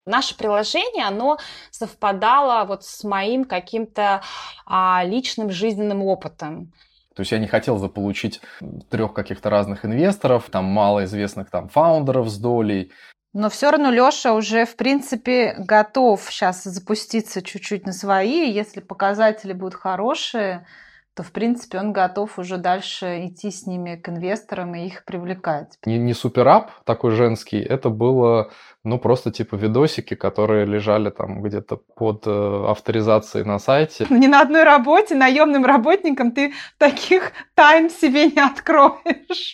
Наше приложение, оно совпадало вот с моим каким-то личным жизненным опытом. То есть я не хотел заполучить 3 каких-то разных инвесторов, там малоизвестных там фаундеров с долей. Но все равно Лёша уже, в принципе, готов сейчас запуститься чуть-чуть на свои. Если показатели будут хорошие, то, в принципе, он готов уже дальше идти с ними к инвесторам и их привлекать. Не суперап такой женский, это было, просто типа видосики, которые лежали там где-то под авторизацией на сайте. Ни на одной работе наемным работникам ты таких тайн себе не откроешь.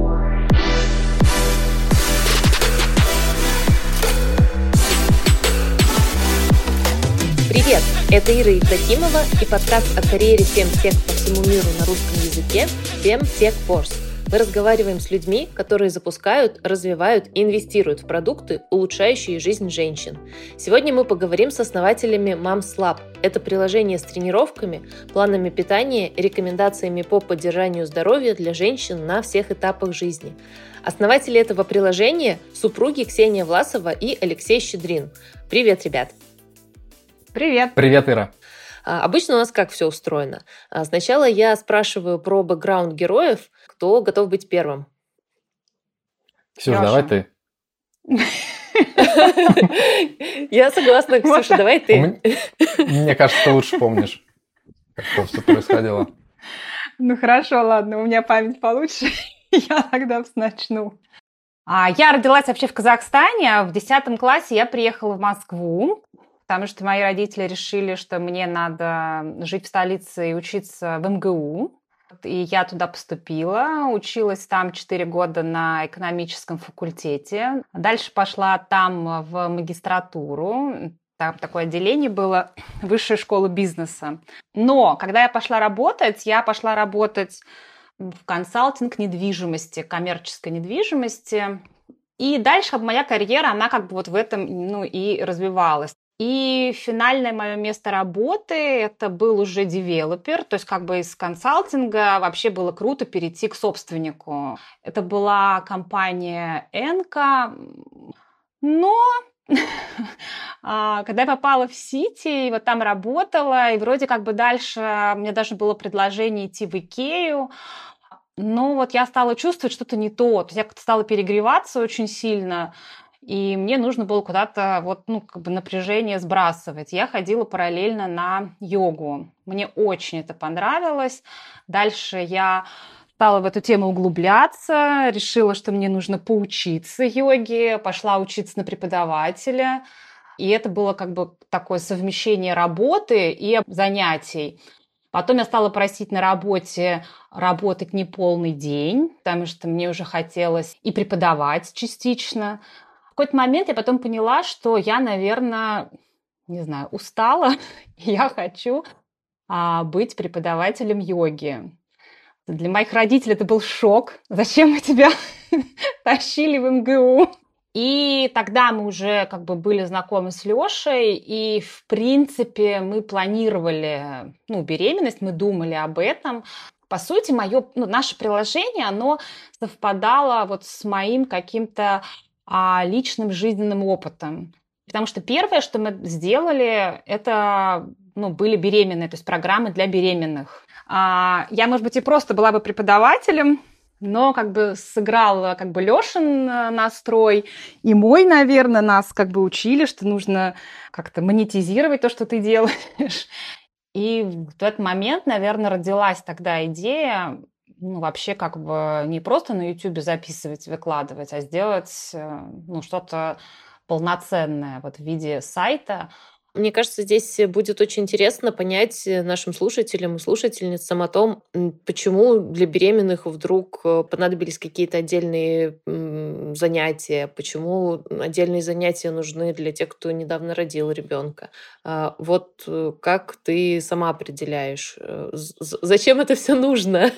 Привет! Это Ира Евдокимова и подкаст о карьере фемтех по всему миру на русском языке Femtech Force. Мы разговариваем с людьми, которые запускают, развивают и инвестируют в продукты, улучшающие жизнь женщин. Сегодня мы поговорим с основателями Moms Lab. Это приложение с тренировками, планами питания, рекомендациями по поддержанию здоровья для женщин на всех этапах жизни. Основатели этого приложения – супруги Ксения Власова и Алексей Щедрин. Привет, ребят! Привет! Привет, Ира! Обычно у нас как все устроено? Сначала я спрашиваю про бэкграунд героев, кто готов быть первым. Ксюша, давай ты. Я согласна, Ксюша, давай ты. Мне кажется, ты лучше помнишь, как все происходило. Ну хорошо, ладно, у меня память получше. Я тогда начну. Я родилась вообще в Казахстане. В 10 классе я приехала в Москву, потому что мои родители решили, что мне надо жить в столице и учиться в МГУ. И я туда поступила, училась там 4 года на экономическом факультете. Дальше пошла там в магистратуру. Там такое отделение было, высшая школа бизнеса. Но когда я пошла работать в консалтинг недвижимости, коммерческой недвижимости. И дальше моя карьера, она как бы вот в этом и развивалась. И финальное мое место работы это был уже девелопер, то есть как бы из консалтинга вообще было круто перейти к собственнику. Это была компания Энка, но когда я попала в Сити, и вот там работала, и вроде как бы дальше мне даже было предложение идти в Икею, но вот я стала чувствовать что-то не то, то есть я как-то стала перегреваться очень сильно, и мне нужно было куда-то напряжение сбрасывать. Я ходила параллельно на йогу. Мне очень это понравилось. Дальше я стала в эту тему углубляться, решила, что мне нужно поучиться йоге, пошла учиться на преподавателя. И это было как бы такое совмещение работы и занятий. Потом я стала просить на работе работать не полный день, потому что мне уже хотелось и преподавать частично. В какой-то момент я потом поняла, что я, наверное, устала, и я хочу быть преподавателем йоги. Для моих родителей это был шок. Зачем мы тебя тащили в МГУ? И тогда мы уже как бы были знакомы с Лешей, и, в принципе, мы планировали беременность, мы думали об этом. По сути, наше приложение, оно совпадало вот с моим каким-то личным жизненным опытом. Потому что первое, что мы сделали, это были беременные, то есть программы для беременных. Я, может быть, и просто была бы преподавателем, но как бы сыграл как бы Лёшин настрой, и мой, наверное, нас как бы учили, что нужно как-то монетизировать то, что ты делаешь. И в этот момент, наверное, родилась тогда идея вообще как бы не просто на YouTube записывать, выкладывать, а сделать что-то полноценное вот в виде сайта. Мне кажется, здесь будет очень интересно понять нашим слушателям и слушательницам о том, почему для беременных вдруг понадобились какие-то отдельные занятия, почему отдельные занятия нужны для тех, кто недавно родил ребенка. Вот как ты сама определяешь, зачем это все нужно?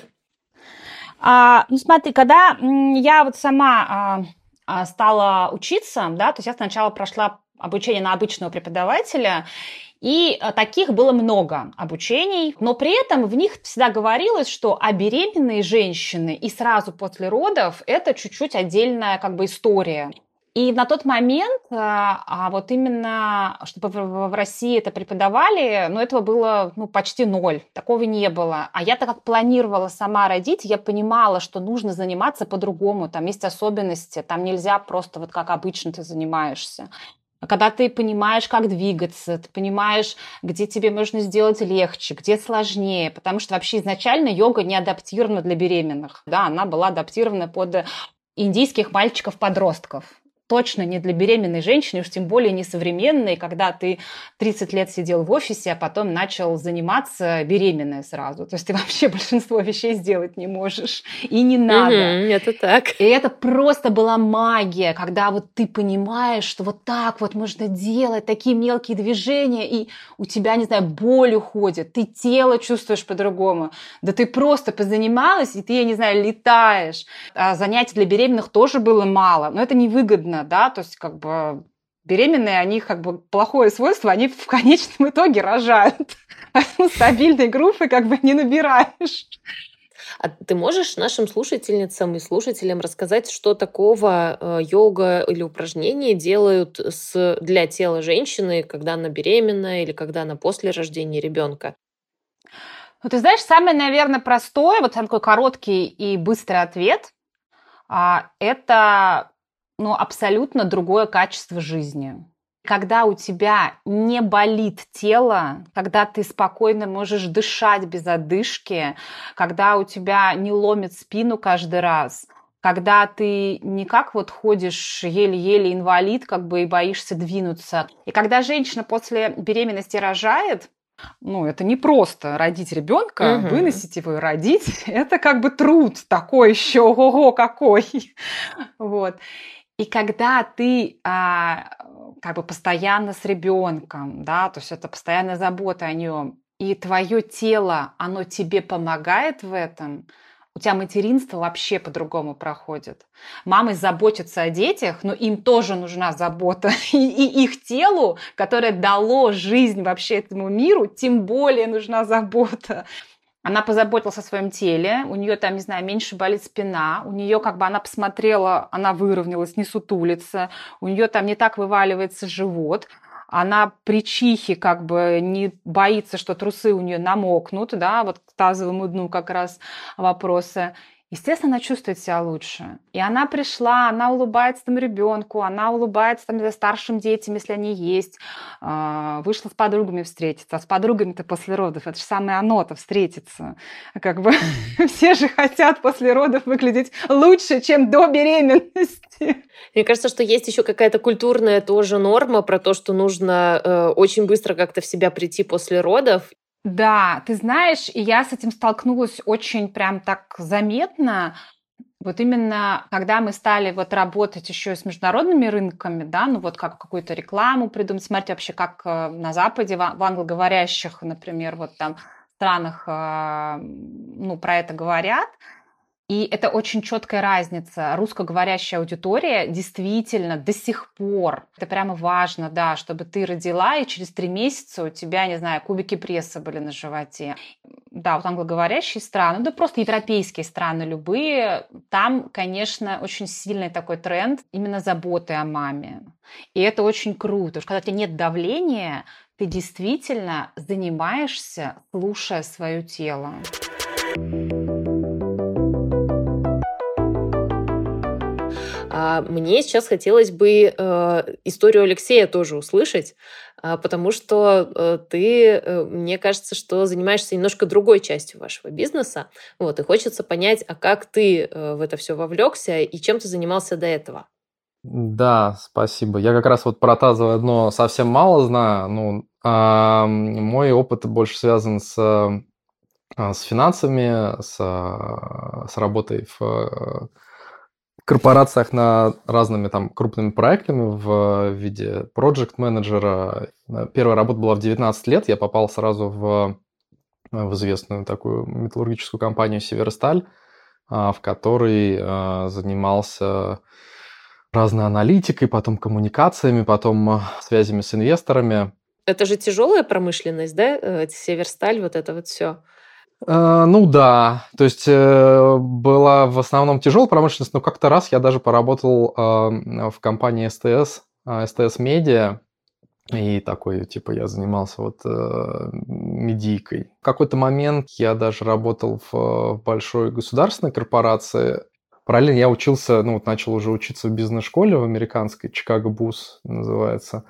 Смотри, когда я вот сама стала учиться, да, то есть я сначала прошла обучение на обычного преподавателя, и таких было много обучений, но при этом в них всегда говорилось, что беременные женщины и сразу после родов это чуть-чуть отдельная как бы история. И на тот момент, вот именно, чтобы в России это преподавали, этого было почти ноль, такого не было. А я так как планировала сама родить, я понимала, что нужно заниматься по-другому, там есть особенности, там нельзя просто вот как обычно ты занимаешься. Когда ты понимаешь, как двигаться, ты понимаешь, где тебе можно сделать легче, где сложнее, потому что вообще изначально йога не адаптирована для беременных, да, она была адаптирована под индийских мальчиков-подростков. Точно не для беременной женщины, уж тем более не современной, когда ты 30 лет сидел в офисе, а потом начал заниматься беременной сразу. То есть ты вообще большинство вещей сделать не можешь. И не надо. Это так. И это просто была магия, когда вот ты понимаешь, что вот так вот можно делать, такие мелкие движения, и у тебя, не знаю, боль уходит, ты тело чувствуешь по-другому. Да ты просто позанималась, и ты, я не знаю, летаешь. А занятий для беременных тоже было мало, но это невыгодно. Да, то есть как бы беременные, они как бы плохое свойство, они в конечном итоге рожают. Поэтому стабильной группы как бы не набираешь. А ты можешь нашим слушательницам и слушателям рассказать, что такого йога или упражнения делают для тела женщины, когда она беременна или когда она после рождения ребенка? Ты знаешь, самый, наверное, простой, вот такой короткий и быстрый ответ, это абсолютно другое качество жизни. Когда у тебя не болит тело, когда ты спокойно можешь дышать без одышки, когда у тебя не ломит спину каждый раз, когда ты не как вот ходишь еле-еле инвалид, как бы и боишься двинуться. И когда женщина после беременности рожает, это не просто родить ребенка, выносить его и родить. Это как бы труд такой еще, ого-го, какой. Вот. И когда ты как бы постоянно с ребенком, да, то есть это постоянная забота о нем, и твое тело, оно тебе помогает в этом, у тебя материнство вообще по-другому проходит. Мамы заботятся о детях, но им тоже нужна забота. И их телу, которое дало жизнь вообще этому миру, тем более нужна забота. Она позаботилась о своем теле, у нее там, не знаю, меньше болит спина, у нее как бы она посмотрела, она выровнялась, не сутулится, у нее там не так вываливается живот, она при чихе как бы не боится, что трусы у нее намокнут, да, вот к тазовому дну как раз вопросы. Естественно, она чувствует себя лучше. И она пришла, она улыбается там ребенку, она улыбается там старшим детям, если они есть. Вышла с подругами встретиться. А с подругами-то после родов, это же самое оно-то встретиться. Как бы все же хотят после родов выглядеть лучше, чем до беременности. Мне кажется, что есть еще какая-то культурная тоже норма про то, что нужно очень быстро как-то в себя прийти после родов. Да, ты знаешь, и я с этим столкнулась очень прям так заметно. Вот именно когда мы стали вот работать еще с международными рынками, да, как какую-то рекламу придумать, смотреть вообще, как на Западе, в англоговорящих, например, вот там странах, про это говорят. И это очень четкая разница. Русскоговорящая аудитория действительно до сих пор, это прямо важно, да, чтобы ты родила, и через 3 месяца у тебя, не знаю, кубики пресса были на животе. Да, вот англоговорящие страны, да просто европейские страны любые, там, конечно, очень сильный такой тренд именно заботы о маме. И это очень круто, потому что когда у тебя нет давления, ты действительно занимаешься, слушая свое тело. Мне сейчас хотелось бы историю Алексея тоже услышать, потому что ты, мне кажется, что занимаешься немножко другой частью вашего бизнеса. Вот, и хочется понять, а как ты в это все вовлекся и чем ты занимался до этого? Да, спасибо. Я как раз вот про тазовое дно совсем мало знаю. Мой опыт больше связан с финансами, с работой в корпорациях над разными там крупными проектами в виде проект-менеджера. Первая работа была в 19 лет. Я попал сразу в известную такую металлургическую компанию «Северсталь», в которой занимался разной аналитикой, потом коммуникациями, потом связями с инвесторами. Это же тяжелая промышленность, да? Северсталь, вот это вот все. Ну да, то есть была в основном тяжелая промышленность, но как-то раз я даже поработал в компании СТС, СТС Медиа, и такой, типа, я занимался вот медийкой. В какой-то момент я даже работал в большой государственной корпорации. Параллельно я учился, ну вот начал уже учиться в бизнес-школе в американской, Chicago Booth называется,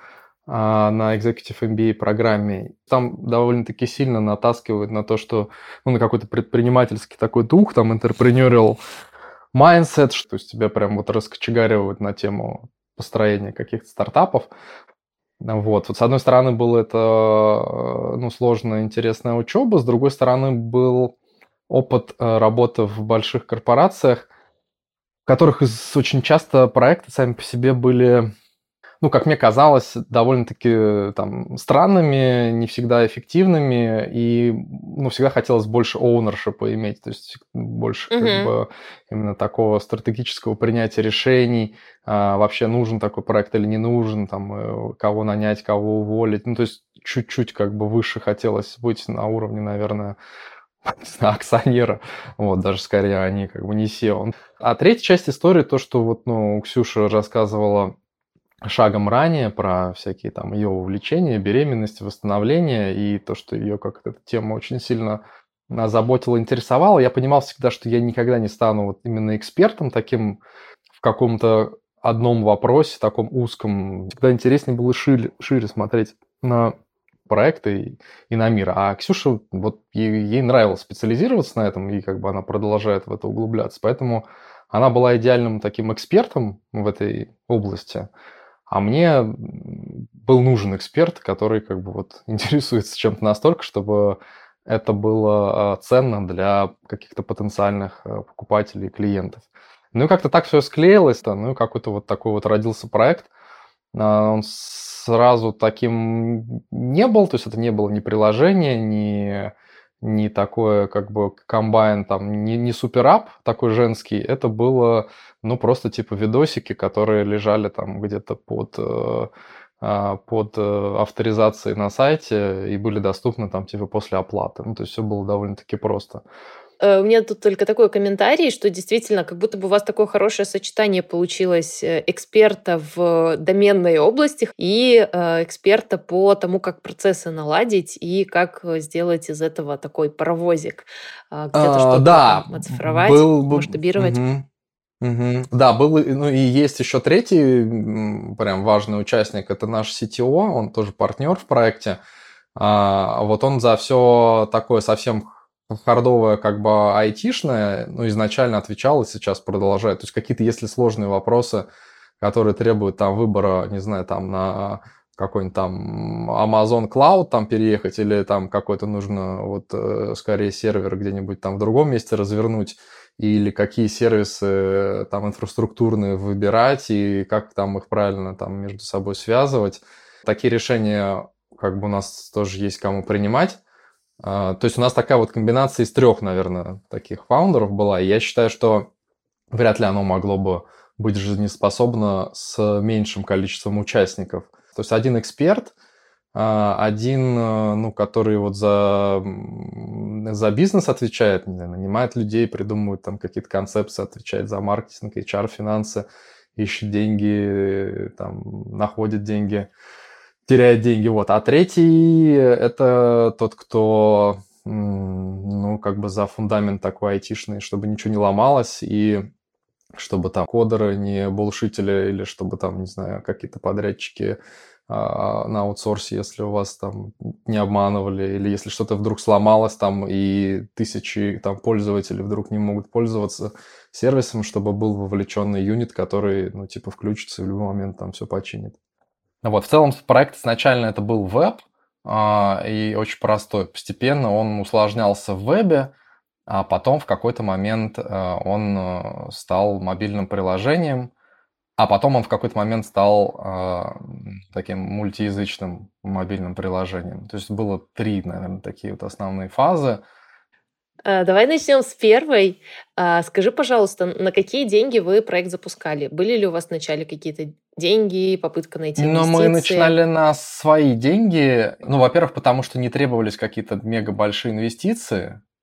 на Executive MBA программе. Там довольно-таки сильно натаскивают на то, что, ну, на какой-то предпринимательский такой дух, там, entrepreneurial mindset, что есть тебя прям вот раскочегаривают на тему построения каких-то стартапов. Вот, с одной стороны, была это, ну, сложная, интересная учеба, с другой стороны, был опыт работы в больших корпорациях, в которых очень часто проекты сами по себе были, ну, как мне казалось, довольно-таки там странными, не всегда эффективными, и, ну, всегда хотелось больше оунершипа иметь, то есть больше как бы именно такого стратегического принятия решений, вообще нужен такой проект или не нужен, там, кого нанять, кого уволить, ну, то есть чуть-чуть как бы выше хотелось быть на уровне, наверное, не знаю, акционера, вот, даже скорее они как бы не SEO. А третья часть истории, то, что вот, ну, Ксюша рассказывала шагом ранее про всякие там ее увлечения, беременность, восстановление, и то, что ее как эта тема очень сильно заботила, интересовала. Я понимал всегда, что я никогда не стану вот именно экспертом таким в каком-то одном вопросе, таком узком. Всегда интереснее было шире смотреть на проекты и на мир. А Ксюша, вот ей нравилось специализироваться на этом, и как бы она продолжает в это углубляться. Поэтому она была идеальным таким экспертом в этой области. А мне был нужен эксперт, который как бы вот интересуется чем-то настолько, чтобы это было ценно для каких-то потенциальных покупателей и клиентов. Ну и как-то так все склеилось, ну и какой-то вот такой вот родился проект. Он сразу таким не был, то есть это не было ни приложение, ни такое как бы комбайн, там, не суперап такой женский, это было, ну, просто типа видосики, которые лежали там где-то под авторизацией на сайте и были доступны там типа после оплаты. Ну, то есть все было довольно-таки просто. У меня тут только такой комментарий, что действительно, как будто бы у вас такое хорошее сочетание получилось эксперта в доменной области и эксперта по тому, как процессы наладить и как сделать из этого такой паровозик. Где-то что-то Да, там оцифровать, был, масштабировать. Да, был, ну и есть еще третий прям важный участник, это наш CTO, он тоже партнер в проекте. Вот он за все такое совсем хардовое, как бы айтишное, ну, изначально отвечал и сейчас продолжает. То есть какие-то, если сложные вопросы, которые требуют там выбора, не знаю, там на какой-нибудь там Amazon Cloud там переехать или там какой-то нужно вот скорее сервер где-нибудь там в другом месте развернуть, или какие сервисы там инфраструктурные выбирать и как там их правильно там между собой связывать. Такие решения как бы у нас тоже есть кому принимать. То есть у нас такая вот комбинация из 3, наверное, таких фаундеров была. И я считаю, что вряд ли оно могло бы быть жизнеспособно с меньшим количеством участников. То есть один эксперт, один, ну, который вот за бизнес отвечает, не знаю, нанимает людей, придумывает там какие-то концепции, отвечает за маркетинг, HR, финансы, ищет деньги, там, находит деньги, теряет деньги, вот. А третий – это тот, кто, ну, как бы за фундамент такой айтишный, чтобы ничего не ломалось, и чтобы там кодеры не булшитили, или чтобы там, не знаю, какие-то подрядчики на аутсорсе, если у вас там не обманывали, или если что-то вдруг сломалось там, и тысячи там пользователей вдруг не могут пользоваться сервисом, чтобы был вовлеченный юнит, который, ну, типа, включится и в любой момент там все починит. Вот, в целом проект изначально это был веб, и очень простой. Постепенно он усложнялся в вебе, а потом в какой-то момент он стал мобильным приложением, а потом он в какой-то момент стал таким мультиязычным мобильным приложением. То есть было 3, наверное, такие вот основные фазы. Давай начнем с первой. Скажи, пожалуйста, на какие деньги вы проект запускали? Были ли у вас вначале какие-то деньги, попытка найти инвестиции? Ну, мы начинали на свои деньги. Ну, во-первых, потому что не требовались какие-то мега большие инвестиции.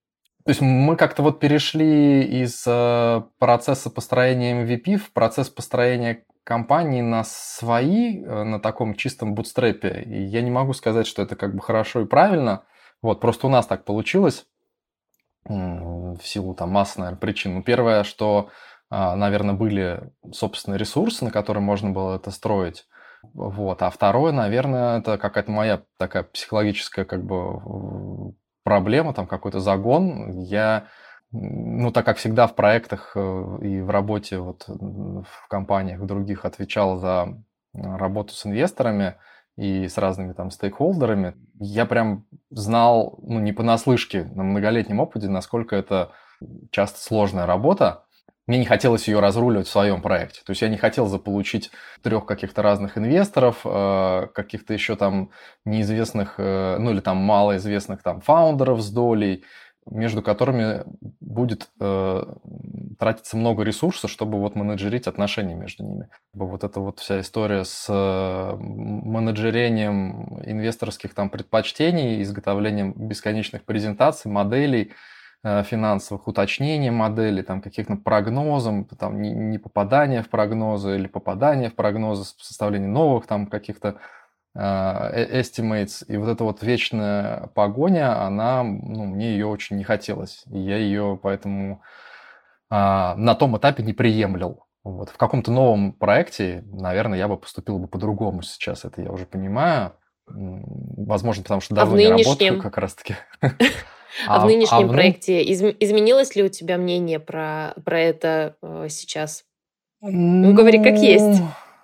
То есть мы как-то вот перешли из процесса построения MVP в процесс построения компании на свои, на таком чистом бутстрепе. И я не могу сказать, что это как бы хорошо и правильно. Вот, просто у нас так получилось в силу там массы, наверное, причин. Ну, первое, что, наверное, были собственные ресурсы, на которые можно было это строить. Вот. А второе, наверное, это какая-то моя такая психологическая как бы проблема, там какой-то загон. Я, ну, так как всегда в проектах и в работе вот в компаниях других отвечал за работу с инвесторами и с разными там стейкхолдерами, я прям знал, ну, не понаслышке, на многолетнем опыте, насколько это часто сложная работа. Мне не хотелось ее разруливать в своем проекте. То есть я не хотел заполучить 3 каких-то разных инвесторов, каких-то еще там неизвестных, ну или там малоизвестных там фаундеров с долей, между которыми будет тратиться много ресурсов, чтобы вот менеджерить отношения между ними. Вот эта вот вся история с менеджерением инвесторских там предпочтений, изготовлением бесконечных презентаций, моделей, финансовых уточнений модели, там, каких-то прогнозов, там, не попадания в прогнозы или попадания в прогнозы, составление новых там каких-то estimates. И вот эта вот вечная погоня, она, ну, мне ее очень не хотелось. И я ее поэтому на том этапе не приемлил. Вот. В каком-то новом проекте, наверное, я бы поступил бы по-другому сейчас. Это я уже понимаю. Возможно, потому что давно не работаю как раз-таки. А в нынешнем проекте изменилось ли у тебя мнение про это сейчас? Ну, говори как есть.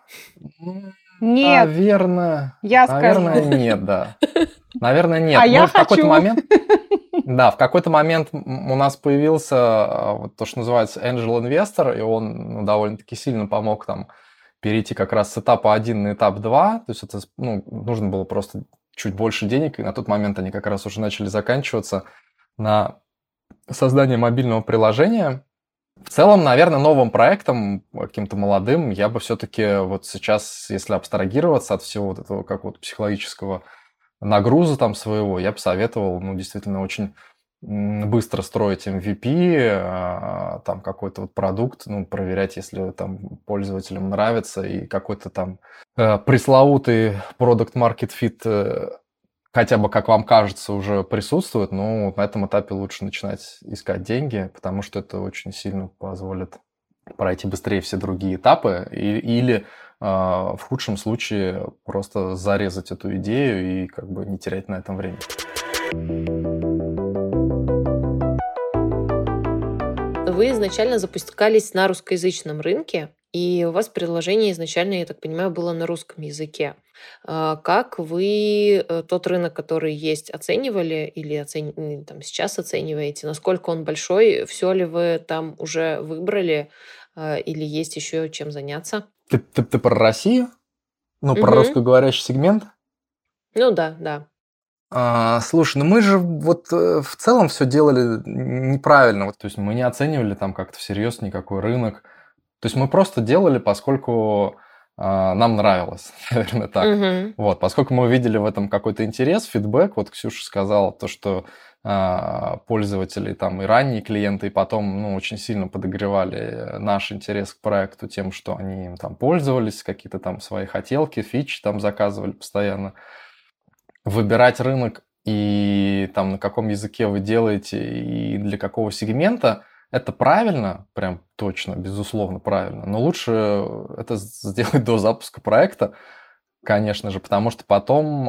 Нет. Наверное, я скажу. Нет, да. Наверное, нет. А я хочу. В какой-то момент у нас появился вот то, что называется Angel Investor, и он довольно-таки сильно помог там перейти как раз с этапа 1 на этап 2. То есть это, ну, нужно было просто чуть больше денег, и на тот момент они как раз уже начали заканчиваться на создание мобильного приложения. В целом, наверное, новым проектом, каким-то молодым, я бы все-таки вот сейчас, если абстрагироваться от всего вот этого какого-то психологического нагруза там своего, я бы советовал, ну, действительно, очень быстро строить MVP, там какой-то вот продукт, ну, проверять, если там пользователям нравится, и какой-то там пресловутый product market fit хотя бы, как вам кажется, уже присутствует, но на этом этапе лучше начинать искать деньги, потому что это очень сильно позволит пройти быстрее все другие этапы или в худшем случае просто зарезать эту идею и как бы не терять на этом время. Вы изначально запускались на русскоязычном рынке, и у вас приложение изначально, я так понимаю, было на русском языке. Как вы тот рынок, который есть, оценивали или там, сейчас оцениваете? Насколько он большой? Все ли вы там уже выбрали или есть еще чем заняться? Ты про Россию? Ну, про русскоговорящий сегмент? Ну да. Слушай, ну мы же вот в целом все делали неправильно. Вот, то есть мы не оценивали там как-то всерьез никакой рынок. То есть мы просто делали, поскольку нам нравилось, наверное, так. Вот, поскольку мы увидели в этом какой-то интерес, фидбэк, вот Ксюша сказала то, что пользователи там и ранние клиенты, и потом, ну, очень сильно подогревали наш интерес к проекту тем, что они им там пользовались, какие-то там свои хотелки, фичи там заказывали постоянно. Выбирать рынок и там на каком языке вы делаете и для какого сегмента, это правильно, прям точно, безусловно правильно, но лучше это сделать до запуска проекта, конечно же, потому что потом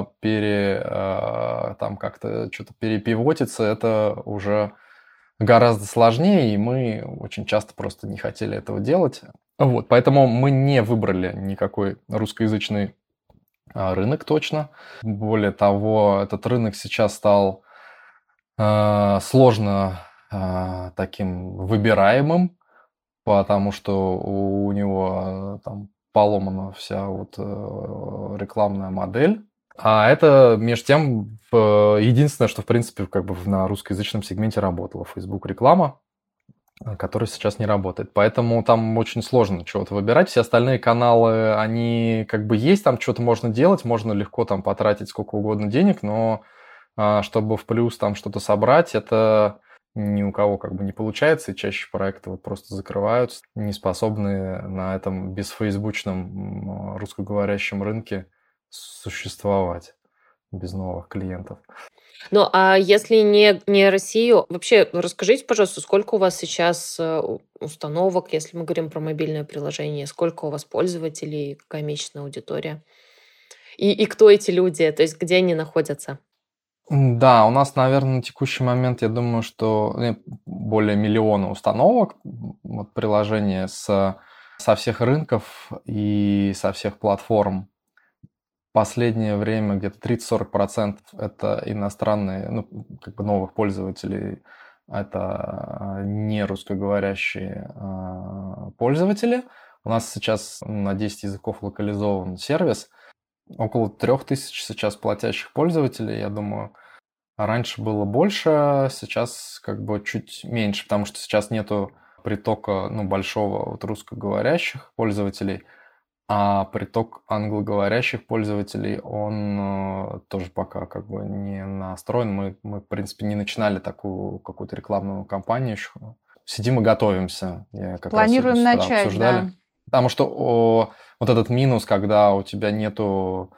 там как-то что-то перепивотиться, это уже гораздо сложнее, и мы очень часто просто не хотели этого делать. Вот, поэтому мы не выбрали никакой русскоязычный рынок точно. Более того, этот рынок сейчас стал сложно таким выбираемым, потому что у него там поломана вся вот рекламная модель. А это, между тем, единственное, что, в принципе, как бы на русскоязычном сегменте работало. Facebook реклама, которая сейчас не работает. Поэтому там очень сложно чего-то выбирать. Все остальные каналы, они как бы есть, там что-то можно делать, можно легко там потратить сколько угодно денег, но чтобы в плюс там что-то собрать, это ни у кого как бы не получается, и чаще проекты вот просто закрываются, не способны на этом бесфейсбучном русскоговорящем рынке существовать без новых клиентов. Ну, а если не Россию, вообще расскажите, пожалуйста, сколько у вас сейчас установок, если мы говорим про мобильное приложение, сколько у вас пользователей, какая месячная аудитория? И кто эти люди, то есть где они находятся? Да, у нас, наверное, на текущий момент, я думаю, что более миллиона установок вот, приложения со всех рынков и со всех платформ. Последнее время где-то 30-40% это иностранные, ну, как бы новых пользователей, это не русскоговорящие пользователи. У нас сейчас на 10 языков локализован сервис. Около 3000 сейчас платящих пользователей, я думаю. Раньше было больше, сейчас как бы чуть меньше, потому что сейчас нету притока большого вот русскоговорящих пользователей, а приток англоговорящих пользователей, он тоже пока как бы не настроен. Мы, в принципе, не начинали такую какую-то рекламную кампанию еще. Сидим и готовимся. Планируем начать, обсуждали. да. Потому что вот этот минус, когда у тебя нету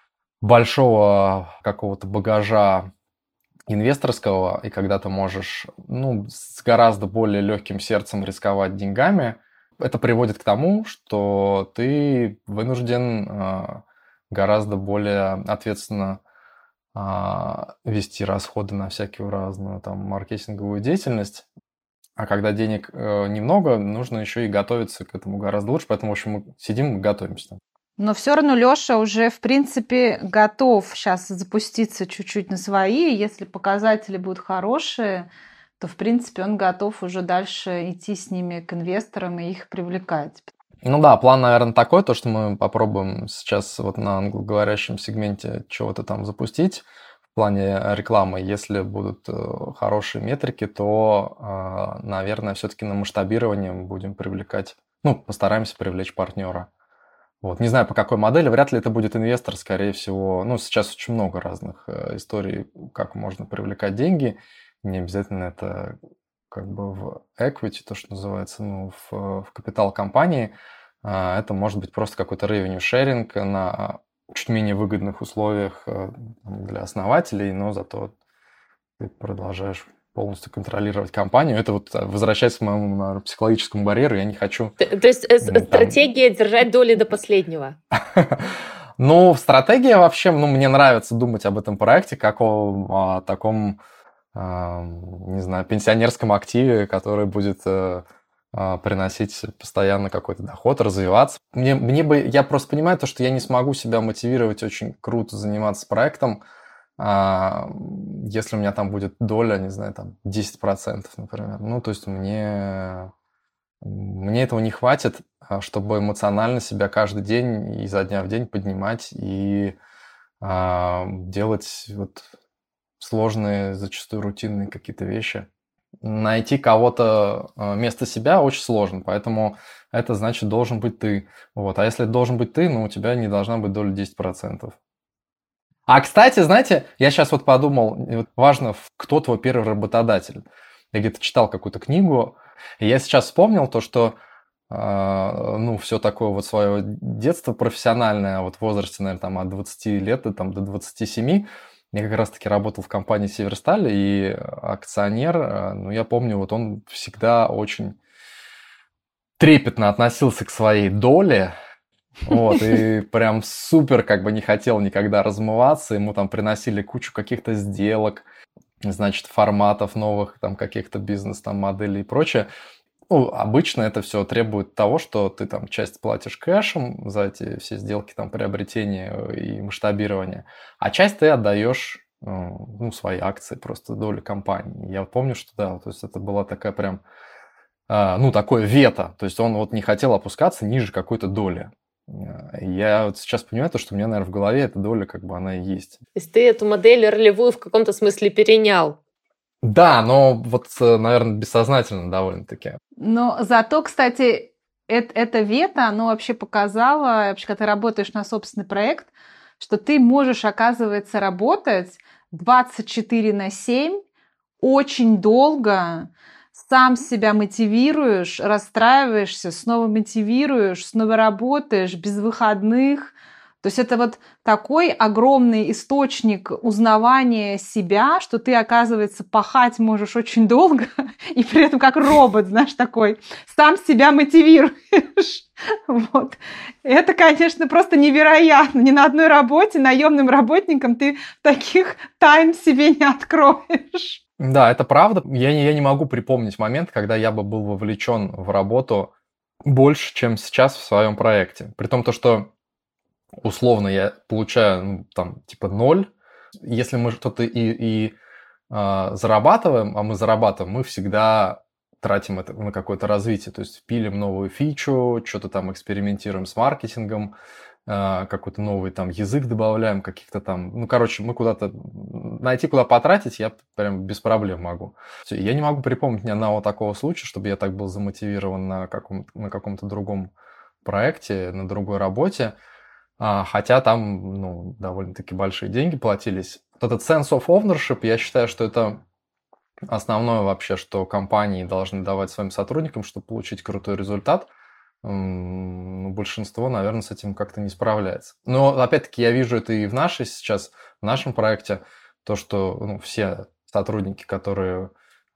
большого какого-то багажа инвесторского, и когда ты можешь с гораздо более легким сердцем рисковать деньгами, это приводит к тому, что ты вынужден гораздо более ответственно вести расходы на всякую разную там маркетинговую деятельность. А когда денег немного, нужно еще и готовиться к этому гораздо лучше. Поэтому, в общем, мы сидим и готовимся. Но все равно Лёша уже, в принципе, готов сейчас запуститься чуть-чуть на свои. Если показатели будут хорошие, то, в принципе, он готов уже дальше идти с ними к инвесторам и их привлекать. Ну да, план, наверное, такой, то, что мы попробуем сейчас вот на англоговорящем сегменте чего-то там запустить в плане рекламы. Если будут хорошие метрики, то, наверное, все-таки на масштабирование мы будем привлекать, постараемся привлечь партнера. Вот. Не знаю, по какой модели, вряд ли это будет инвестор, скорее всего. Сейчас очень много разных историй, как можно привлекать деньги. Не обязательно это как бы в equity, то, что называется, в капитал компании. Это может быть просто какой-то revenue sharing на чуть менее выгодных условиях для основателей, но зато ты продолжаешь полностью контролировать компанию. Это вот возвращается к моему, наверное, психологическому барьеру. Я не хочу... То есть стратегия держать доли до последнего? Стратегия вообще, мне нравится думать об этом проекте, как о таком, не знаю, пенсионерском активе, который будет приносить постоянно какой-то доход, развиваться. Я просто понимаю то, что я не смогу себя мотивировать очень круто заниматься проектом, если у меня там будет доля, не знаю, там 10%, например. То есть мне этого не хватит, чтобы эмоционально себя каждый день изо дня в день поднимать и делать вот сложные, зачастую рутинные какие-то вещи. Найти кого-то вместо себя очень сложно, поэтому это значит должен быть ты. Вот. А если должен быть ты, у тебя не должна быть доля 10%. А, кстати, знаете, я сейчас вот подумал, важно, кто твой первый работодатель. Я где-то читал какую-то книгу, и я сейчас вспомнил то, что все такое вот свое детство профессиональное, вот в возрасте, наверное, там от 20 лет до 27, я как раз-таки работал в компании «Северсталь», и акционер, я помню, вот он всегда очень трепетно относился к своей доле, вот, и прям супер как бы не хотел никогда размываться, ему там приносили кучу каких-то сделок, значит, форматов новых, там каких-то бизнес-моделей и прочее. Обычно это все требует того, что ты там часть платишь кэшем за эти все сделки, там, приобретения и масштабирования, а часть ты отдаешь, свои акции, просто долю компании. Я помню, что да, то есть это была такая прям, такое вето, то есть он вот не хотел опускаться ниже какой-то доли. Я вот сейчас понимаю, что у меня, наверное, в голове эта доля, как бы она и есть. То есть ты эту модель ролевую в каком-то смысле перенял? Да, но вот, наверное, бессознательно довольно-таки. Но зато, кстати, это вето, оно вообще показало, вообще, когда ты работаешь на собственный проект, что ты можешь, оказывается, работать 24/7 очень долго сам себя мотивируешь, расстраиваешься, снова мотивируешь, снова работаешь без выходных. То есть это вот такой огромный источник узнавания себя, что ты, оказывается, пахать можешь очень долго, и при этом как робот, знаешь, такой, сам себя мотивируешь. Вот. Это, конечно, просто невероятно. Ни на одной работе наемным работником ты таких тайн себе не откроешь. Да, это правда. Я не могу припомнить момент, когда я бы был вовлечен в работу больше, чем сейчас в своем проекте. При том, что условно я получаю там типа 0. Если мы что-то зарабатываем, а мы зарабатываем, мы всегда тратим это на какое-то развитие. То есть пилим новую фичу, что-то там экспериментируем с маркетингом, какой-то новый там язык добавляем, каких-то там... Ну, короче, мы куда-то... Найти, куда потратить, я прям без проблем могу. Я не могу припомнить ни одного такого случая, чтобы я так был замотивирован на каком-то другом проекте, на другой работе. Хотя там, довольно-таки большие деньги платились. Вот этот sense of ownership, я считаю, что это основное вообще, что компании должны давать своим сотрудникам, чтобы получить крутой результат. Большинство, наверное, с этим как-то не справляется. Но, опять-таки, я вижу это и в нашем проекте, то, что все сотрудники, которые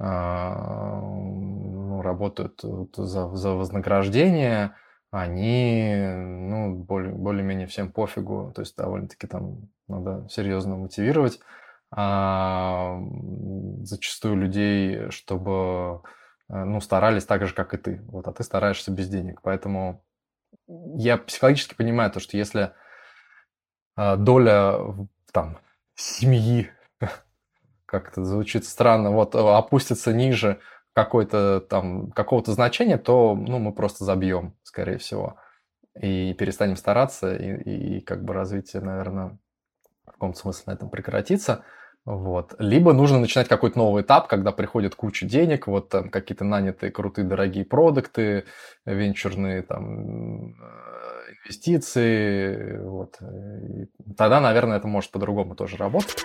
работают за вознаграждение, они, более-менее всем пофигу, то есть довольно-таки там надо серьезно мотивировать зачастую людей, чтобы, старались так же, как и ты, а ты стараешься без денег, поэтому я психологически понимаю то, что если доля там семьи, как это звучит странно, опустится ниже какого-то значения, то, мы просто забьем, скорее всего, и перестанем стараться, и как бы развитие, наверное, в каком-то смысле на этом прекратится. Либо нужно начинать какой-то новый этап, когда приходит куча денег, там какие-то нанятые крутые дорогие продукты, венчурные там инвестиции, И тогда, наверное, это может по-другому тоже работать.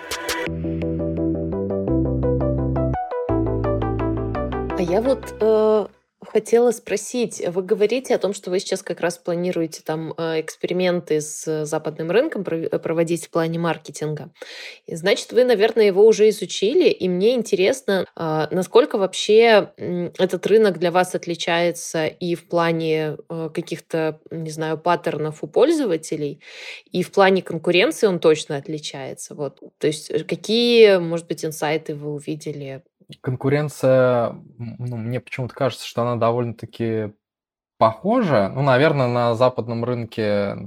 А я хотела спросить, вы говорите о том, что вы сейчас как раз планируете там эксперименты с западным рынком проводить в плане маркетинга. И, значит, вы, наверное, его уже изучили, и мне интересно, насколько вообще этот рынок для вас отличается и в плане каких-то, не знаю, паттернов у пользователей, и в плане конкуренции он точно отличается. То есть какие, может быть, инсайты вы увидели? Конкуренция, мне почему-то кажется, что она довольно-таки похожа. Наверное, на западном рынке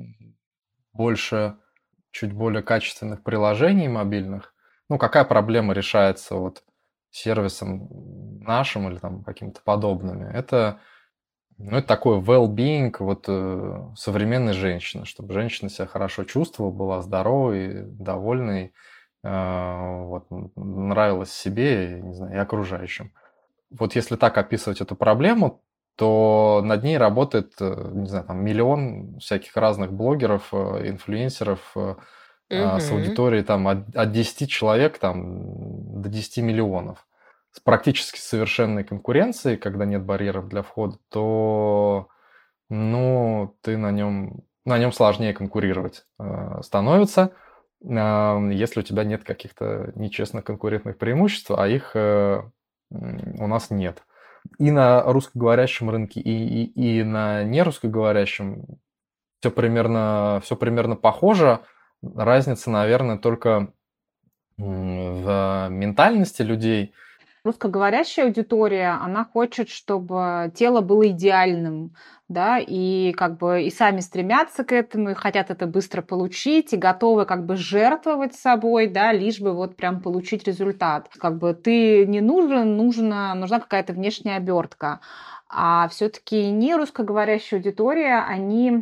чуть более качественных приложений мобильных. Какая проблема решается сервисом нашим или там какими-то подобными? Это такой well-being современной женщины, чтобы женщина себя хорошо чувствовала, была здоровой, довольной, нравилось себе, не знаю, и окружающим. Если так описывать эту проблему, то над ней работает, не знаю, там миллион всяких разных блогеров, инфлюенсеров с аудиторией там от 10 человек там, до 10 миллионов. С практически совершенной конкуренцией, когда нет барьеров для входа, то ты на нем сложнее конкурировать становится, если у тебя нет каких-то нечестных конкурентных преимуществ, а их у нас нет. И на русскоговорящем рынке, и на нерусскоговорящем все примерно похоже. Разница, наверное, только в ментальности людей. Русскоговорящая аудитория, она хочет, чтобы тело было идеальным, да, и и сами стремятся к этому, и хотят это быстро получить, и готовы жертвовать собой, да, лишь бы прям получить результат. Ты не нужен, нужна какая-то внешняя обертка. А все-таки не русскоговорящая аудитория, они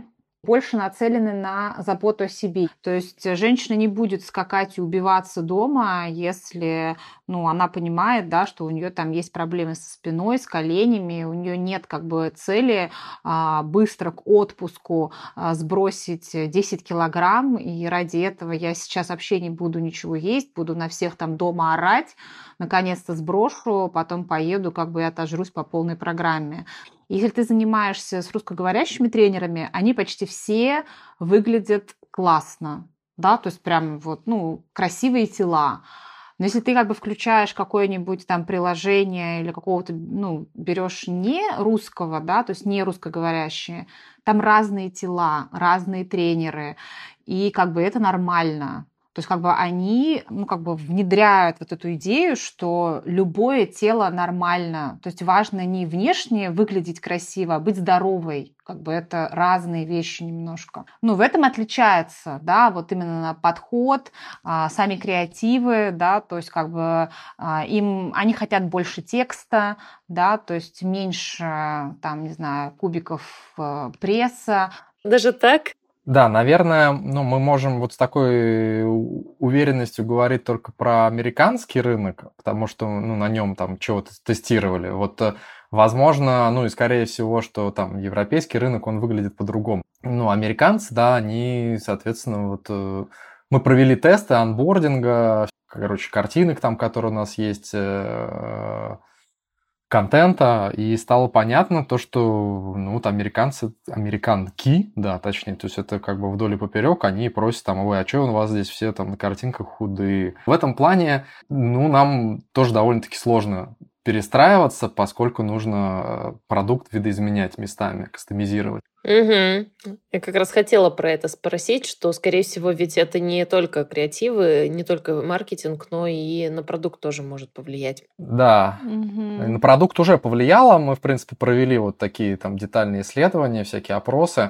больше нацелены на заботу о себе. То есть женщина не будет скакать и убиваться дома, если она понимает, да, что у нее там есть проблемы со спиной, с коленями, у нее нет как бы цели быстро к отпуску сбросить 10 килограмм, и ради этого я сейчас вообще не буду ничего есть, буду на всех там дома орать, наконец-то сброшу, потом поеду как бы и отожрусь по полной программе. Если ты занимаешься с русскоговорящими тренерами, они почти все выглядят классно, да, то есть прям красивые тела. Но если ты как бы включаешь какое-нибудь там приложение или какого-то, берешь не русского, да, то есть не русскоговорящие, там разные тела, разные тренеры, и как бы это нормально. То есть как бы они внедряют вот эту идею, что любое тело нормально. То есть важно не внешне выглядеть красиво, а быть здоровой. Как бы это разные вещи немножко. В этом отличается, да, вот именно подход, сами креативы, да, то есть как бы они хотят больше текста, да, то есть меньше, там, не знаю, кубиков пресса. Даже так? Да, наверное, мы можем вот с такой уверенностью говорить только про американский рынок, потому что на нем там чего-то тестировали. Вот, возможно, и скорее всего, что там европейский рынок, он выглядит по-другому. Американцы, да, они, соответственно, вот мы провели тесты анбординга, картинок там, которые у нас есть, контента, и стало понятно то, что американки, да, точнее, то есть это как бы вдоль и поперек, они просят там, ой, а что у вас здесь все там на картинках худые? В этом плане, нам тоже довольно-таки сложно перестраиваться, поскольку нужно продукт видоизменять местами, кастомизировать. Угу. Я как раз хотела про это спросить, что, скорее всего, ведь это не только креативы, не только маркетинг, но и на продукт тоже может повлиять. Да, на продукт уже повлияло. Мы, в принципе, провели вот такие там детальные исследования, всякие опросы,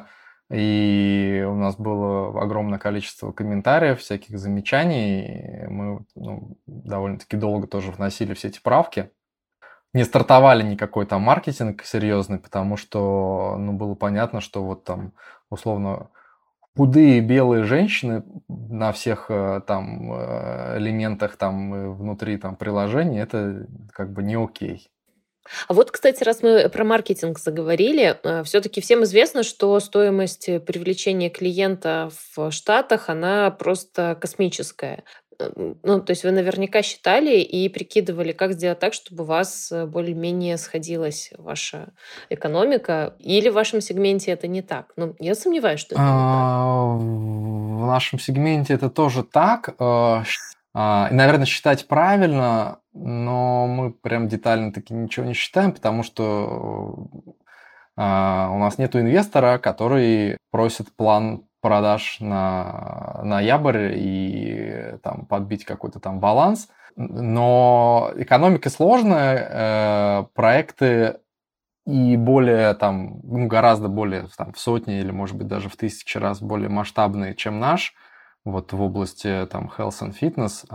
и у нас было огромное количество комментариев, всяких замечаний. Мы довольно-таки долго тоже вносили все эти правки. Не стартовали никакой там маркетинг серьезный, потому что, было понятно, что вот там, условно, худые белые женщины на всех там элементах там внутри там приложения, это как бы не окей. А вот, кстати, раз мы про маркетинг заговорили, все-таки всем известно, что стоимость привлечения клиента в Штатах, она просто космическая. То есть вы наверняка считали и прикидывали, как сделать так, чтобы у вас более-менее сходилась ваша экономика, или в вашем сегменте это не так? Я сомневаюсь, что это не так. В нашем сегменте это тоже так. И, наверное, считать правильно, но мы прям детально-таки ничего не считаем, потому что у нас нету инвестора, который просит план продаж на ноябрь и там подбить какой-то там баланс. Но экономика сложная, проекты и более там, гораздо более там, в сотни или, может быть, даже в 1000 раз более масштабные, чем наш, вот в области там health and fitness,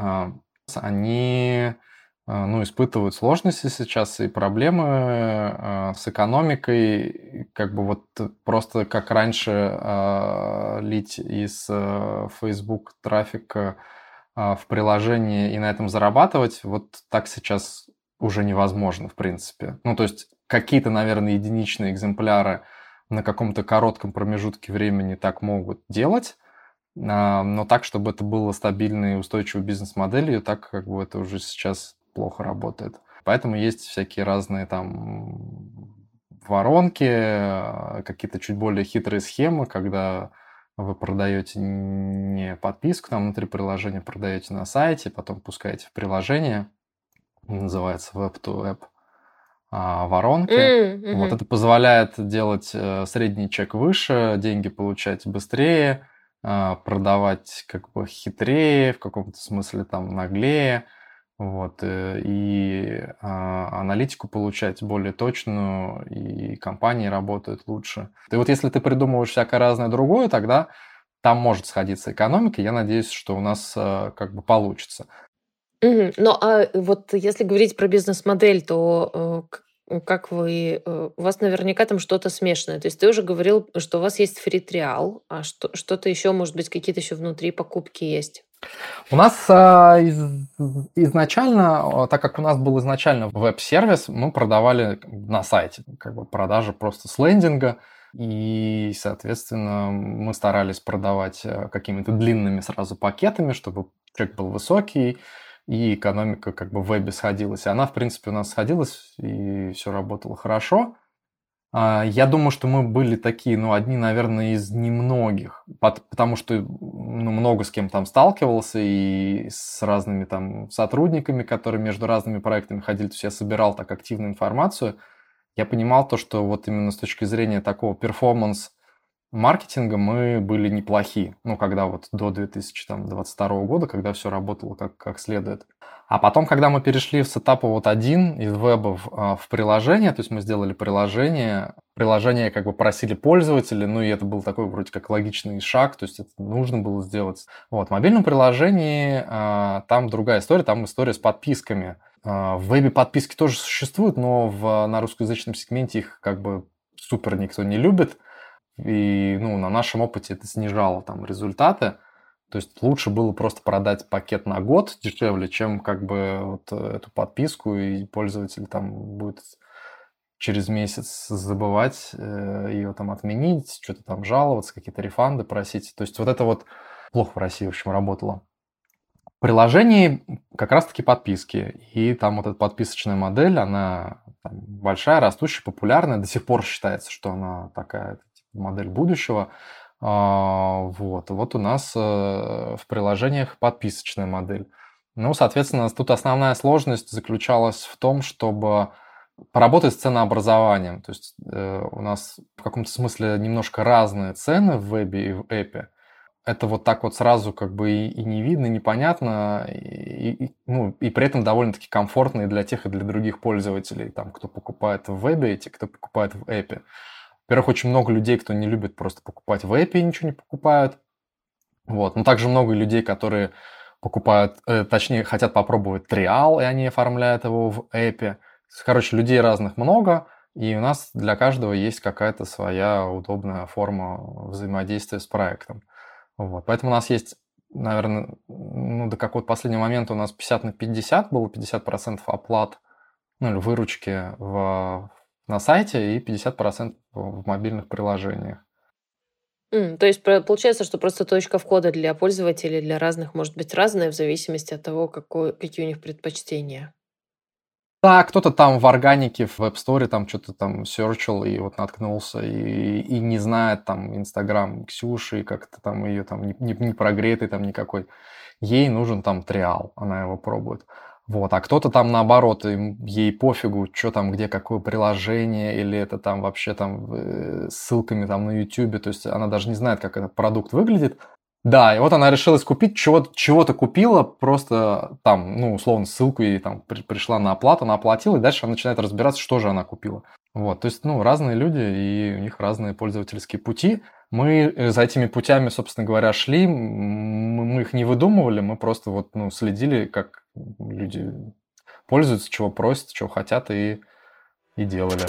они испытывают сложности сейчас и проблемы с экономикой, как бы вот просто как раньше лить из Facebook трафик в приложение и на этом зарабатывать, вот так сейчас уже невозможно, в принципе. То есть какие-то, наверное, единичные экземпляры на каком-то коротком промежутке времени так могут делать, но так, чтобы это было стабильной и устойчивой бизнес-моделью, так как бы это уже сейчас плохо работает. Поэтому есть всякие разные там воронки, какие-то чуть более хитрые схемы, когда вы продаете не подписку там внутри приложения, продаете на сайте, потом пускаете в приложение, называется Web-to-App воронки. Вот это позволяет делать средний чек выше, деньги получать быстрее, продавать как бы хитрее, в каком-то смысле там наглее, вот, и аналитику получать более точную, и компании работают лучше. И вот если ты придумываешь всякое разное другое, тогда там может сходиться экономика. Я надеюсь, что у нас как бы получится. Ну, а вот если говорить про бизнес-модель, то как вы... У вас наверняка там что-то смешанное. То есть ты уже говорил, что у вас есть фри-триал, а что-то еще, может быть, какие-то еще внутри покупки есть? У нас изначально, так как у нас был изначально веб-сервис, мы продавали на сайте, как бы продажи просто с лендинга, и, соответственно, мы старались продавать какими-то длинными сразу пакетами, чтобы чек был высокий, и экономика как бы в вебе сходилась. И она, в принципе, у нас сходилась, и все работало хорошо. Я думаю, что мы были такие, одни, наверное, из немногих, потому что много с кем там сталкивался и с разными там сотрудниками, которые между разными проектами ходили. То есть я собирал так активно информацию. Я понимал то, что вот именно с точки зрения такого перформанс-маркетинга мы были неплохи. Когда вот до 2022 года, когда все работало как следует. А потом, когда мы перешли в сетап вот один из веба в приложение, то есть мы сделали приложение как бы просили пользователи, и это был такой вроде как логичный шаг, то есть это нужно было сделать. В мобильном приложении там другая история, там история с подписками. В вебе подписки тоже существуют, но на русскоязычном сегменте их как бы супер никто не любит, и на нашем опыте это снижало там результаты. То есть лучше было просто продать пакет на год дешевле, чем как бы вот эту подписку, и пользователь там будет через месяц забывать ее там отменить, что-то там жаловаться, какие-то рефанды просить. То есть вот это вот плохо в России, в общем, работало. В приложении как раз-таки подписки. И там вот эта подписочная модель, она там большая, растущая, популярная. До сих пор считается, что она такая модель будущего. Вот у нас в приложениях подписочная модель. Соответственно, тут основная сложность заключалась в том, чтобы поработать с ценообразованием. То есть у нас в каком-то смысле немножко разные цены в вебе и в эпе. Это вот так вот сразу как бы и не видно, и непонятно, и при этом довольно-таки комфортно и для тех, и для других пользователей, там, кто покупает в вебе, и те, кто покупает в эпе. Во-первых, очень много людей, кто не любит просто покупать в эпе и ничего не покупают. Но также много людей, которые покупают, точнее, хотят попробовать триал, и они оформляют его в эпе. Короче, людей разных много, и у нас для каждого есть какая-то своя удобная форма взаимодействия с проектом. Поэтому у нас есть, наверное, до какого-то последнего момента у нас 50/50 было, 50% оплат, или выручки на сайте и 50% в мобильных приложениях. То есть получается, что просто точка входа для пользователей для разных может быть разная в зависимости от того, какие у них предпочтения. Да, кто-то там в органике, в App Store там что-то там серчил и вот наткнулся, и не знает там Инстаграм Ксюши, как-то там ее там не прогретый там никакой. Ей нужен там триал, она его пробует. А кто-то там наоборот, ей пофигу, что там, где, какое приложение, или это там вообще там ссылками там на YouTube, то есть она даже не знает, как этот продукт выглядит. Да, и вот она решилась купить, чего-то купила, просто там, условно, ссылку ей там пришла на оплату, она оплатила, и дальше она начинает разбираться, что же она купила. То есть, разные люди, и у них разные пользовательские пути. Мы за этими путями, собственно говоря, шли, мы их не выдумывали, мы просто следили, как люди пользуются, чего просят, чего хотят, и делали.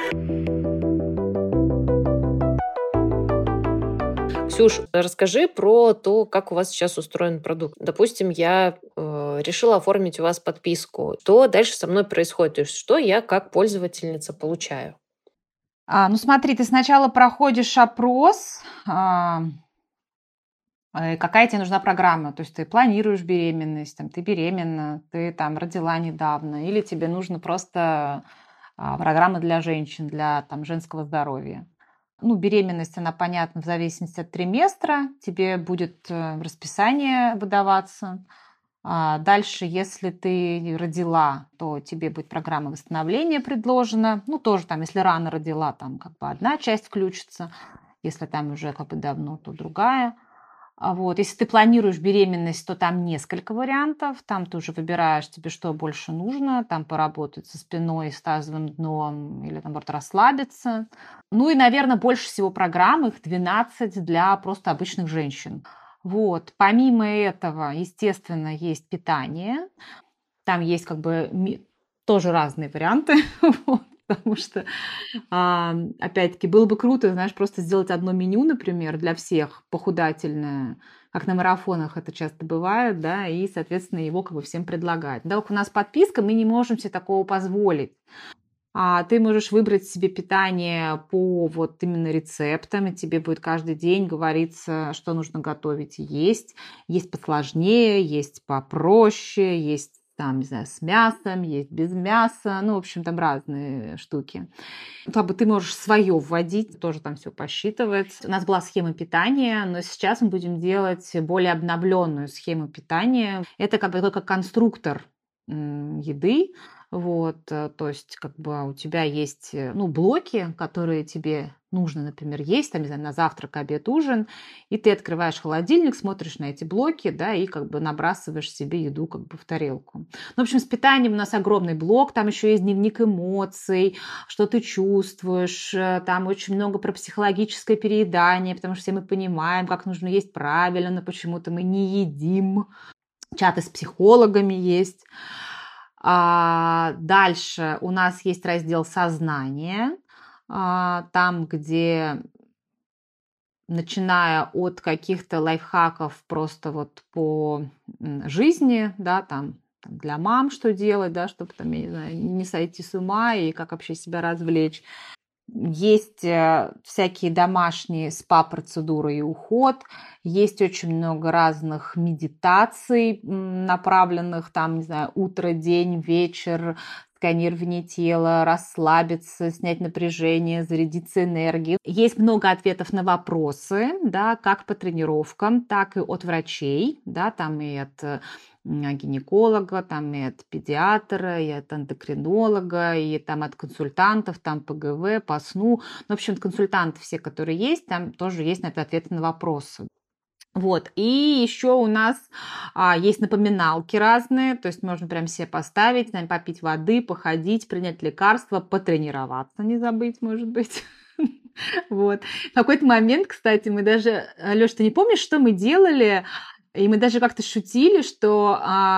Ксюш, расскажи про то, как у вас сейчас устроен продукт. Допустим, я решила оформить у вас подписку. Что дальше со мной происходит? То есть что я как пользовательница получаю? Смотри, ты сначала проходишь опрос, какая тебе нужна программа. То есть ты планируешь беременность, ты беременна, ты родила недавно, или тебе нужно просто программа для женщин, для женского здоровья. Беременность, она понятна в зависимости от триместра, тебе будет расписание выдаваться. Дальше, если ты родила, то тебе будет программа восстановления предложена. Тоже если рано родила, одна часть включится. Если уже давно, то другая. Если ты планируешь беременность, то там несколько вариантов. Там ты уже выбираешь тебе, что больше нужно. Там поработать со спиной, с тазовым дном или, наоборот, расслабиться. И, наверное, больше всего программ, их 12 для просто обычных женщин. Помимо этого, естественно, есть питание. Там есть тоже разные варианты. потому что, опять-таки, было бы круто, знаешь, просто сделать одно меню, например, для всех похудательное, как на марафонах это часто бывает, да, и, соответственно, его как бы всем предлагать. Да, как у нас подписка, мы не можем себе такого позволить. А ты можешь выбрать себе питание по вот именно рецептам, и тебе будет каждый день говориться, что нужно готовить и есть. Есть посложнее, есть попроще, есть там, не знаю, с мясом, есть без мяса, ну, в общем, там разные штуки. Как бы ты можешь свое вводить, тоже там все посчитывается. У нас была схема питания, но сейчас мы будем делать более обновленную схему питания. Это как бы такой как конструктор еды. Вот, то есть, как бы у тебя есть, ну, блоки, которые тебе нужно, например, есть, там, не знаю, на завтрак, обед, ужин, и ты открываешь холодильник, смотришь на эти блоки, да, и как бы набрасываешь себе еду как бы в тарелку. Ну, в общем, с питанием у нас огромный блок, там еще есть дневник эмоций, что ты чувствуешь, там очень много про психологическое переедание, потому что все мы понимаем, как нужно есть правильно, но почему-то мы не едим. Чаты с психологами есть. Дальше у нас есть раздел «Сознание», там, где, начиная от каких-то лайфхаков просто вот по жизни, да, там для мам что делать, да, чтобы там, я не знаю, не сойти с ума и как вообще себя развлечь. Есть всякие домашние спа-процедуры и уход, есть очень много разных медитаций, направленных там, не знаю, утро, день, вечер, сканирование тела, расслабиться, снять напряжение, зарядиться энергией. Есть много ответов на вопросы, да, как по тренировкам, так и от врачей, да, там и от гинеколога, там и от педиатра, и от эндокринолога, и там от консультантов, там ПГВ, по сну. Ну, в общем, консультанты все, которые есть, там тоже есть на это ответы на вопросы. Вот, и еще у нас есть напоминалки разные, то есть можно прям себе поставить, попить воды, походить, принять лекарства, потренироваться, не забыть, может быть. Вот. В какой-то момент, кстати, мы даже... Лёш, ты не помнишь, что мы делали? И мы даже как-то шутили, что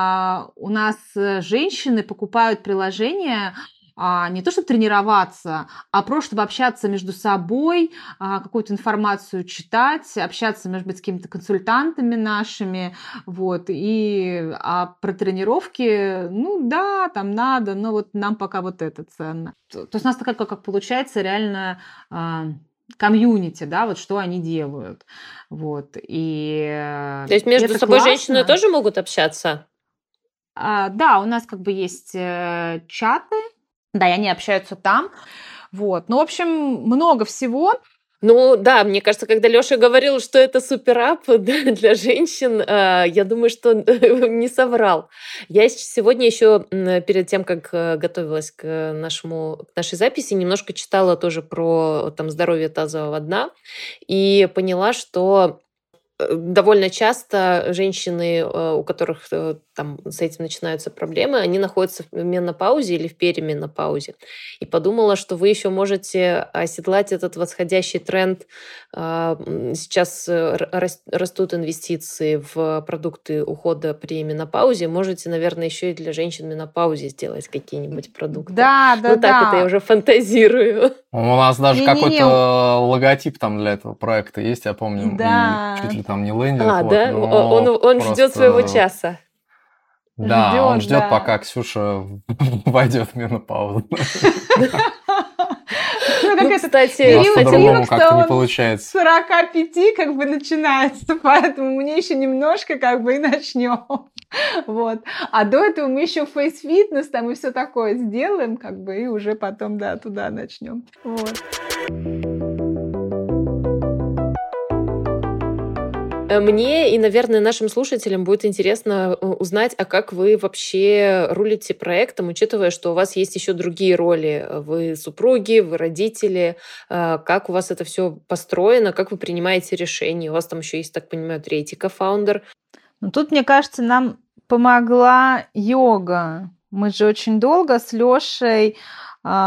у нас женщины покупают приложения не то, чтобы тренироваться, а просто чтобы общаться между собой, какую-то информацию читать, общаться, может быть, с какими-то консультантами нашими, вот, про тренировки, ну да, там надо, но вот нам пока вот это ценно. То есть у нас такая, как получается, реально комьюнити, да, вот что они делают, вот, и... То есть между собой женщины тоже могут общаться? Да, у нас как бы есть чаты, да, и они общаются там, вот, ну, в общем, много всего. Ну да, мне кажется, когда Лёша говорил, что это суперап для женщин, я думаю, что он не соврал. Я сегодня еще перед тем, как готовилась к нашей записи, немножко читала тоже про там, здоровье тазового дна и поняла, что довольно часто женщины, у которых там с этим начинаются проблемы, они находятся в менопаузе или в переменопаузе. И подумала, что вы еще можете оседлать этот восходящий тренд. Сейчас растут инвестиции в продукты ухода при менопаузе. Можете, наверное, еще и для женщин в менопаузе сделать какие-нибудь продукты. Да. Так это я уже фантазирую. У нас даже какой-то логотип там для этого проекта есть, я помню. Да. И чуть ли там не лендинг. Да? Он ждет своего часа. Да, он ждет, пока Ксюша войдет в менопаузу. Ну, кстати, по-другому как-то не получается. 45 как бы начинается, поэтому мне еще немножко как бы и начнем. Вот. А до этого мы еще фейс-фитнес там и все такое сделаем, как бы, и уже потом, да, туда начнем. Вот. Мне и, наверное, нашим слушателям будет интересно узнать, а как вы вообще рулите проектом, учитывая, что у вас есть еще другие роли. Вы супруги, вы родители. Как у вас это все построено, как вы принимаете решения? У вас там еще есть, так понимаю, третий кофаундер. Ну, тут, мне кажется, нам помогла йога. Мы же очень долго с Лешей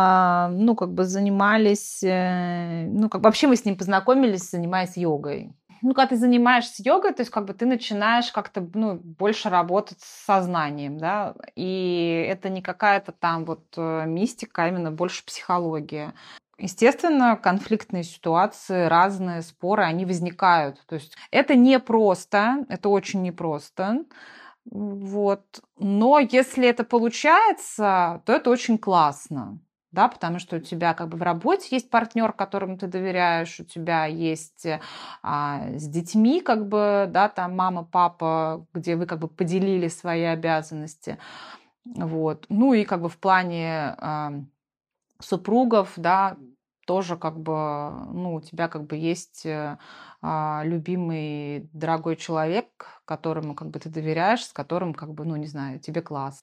занимались... вообще мы с ним познакомились, занимаясь йогой. ну, когда ты занимаешься йогой, то есть как бы ты начинаешь как-то, ну, больше работать с сознанием, да, и это не какая-то там вот мистика, а именно больше психология. Естественно, конфликтные ситуации, разные споры, они возникают. То есть это непросто, это очень непросто. Вот. Но если это получается, то это очень классно. Да, потому что у тебя как бы в работе есть партнер, которому ты доверяешь, у тебя есть с детьми, как бы, да, там мама, папа, где вы как бы поделили свои обязанности. Вот. Ну и как бы в плане супругов, да, тоже как бы, ну, у тебя как бы есть любимый, дорогой человек, которому как бы ты доверяешь, с которым как бы, ну, не знаю, тебе класс.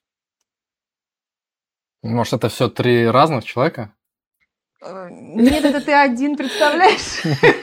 Может, это все 3 разных человека? Нет, это ты один, представляешь?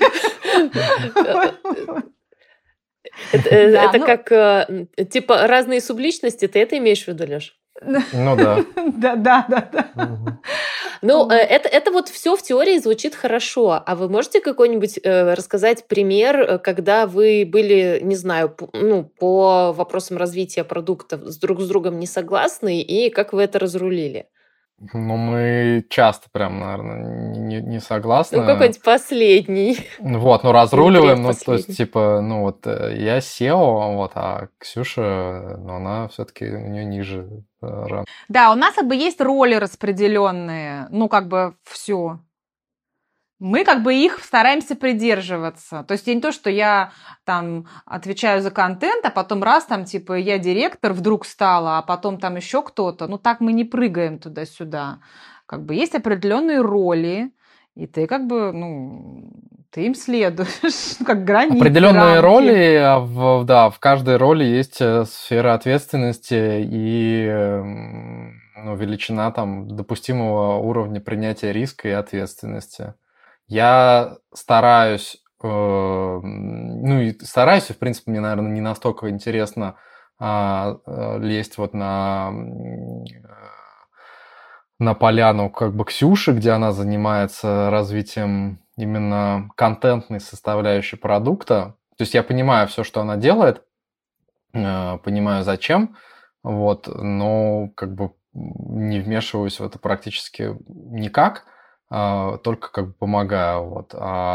Это как, типа, разные субличности, ты это имеешь в виду, Лёш? Ну да. Да. Ну, это вот все в теории звучит хорошо. А вы можете какой-нибудь рассказать пример, когда вы были, не знаю, по вопросам развития продуктов друг с другом не согласны, и как вы это разрулили? Ну, мы часто прям, наверное, не согласны. Ну, какой-нибудь последний. Вот, ну, разруливаем, ну, то Последний. есть, типа, ну, вот я SEO, вот, а Ксюша, ну, она все-таки, у нее ниже ранг. Да, у нас как бы есть роли распределенные, ну, как бы все. Мы как бы их стараемся придерживаться. То есть не то, что я там отвечаю за контент, а потом раз там типа я директор вдруг стала, а потом там еще кто-то. Ну так мы не прыгаем туда-сюда. Как бы есть определенные роли, и ты как бы, ну, ты им следуешь, как границы, Определенные рамки. роли, да, в каждой роли есть сфера ответственности и ну, величина там допустимого уровня принятия риска и ответственности. Я стараюсь, ну и стараюсь, и в принципе мне, наверное, не настолько интересно лезть вот на поляну как бы Ксюши, где она занимается развитием именно контентной составляющей продукта. То есть я понимаю все, что она делает, понимаю зачем, вот, но как бы не вмешиваюсь в это практически никак, только как бы помогаю, вот.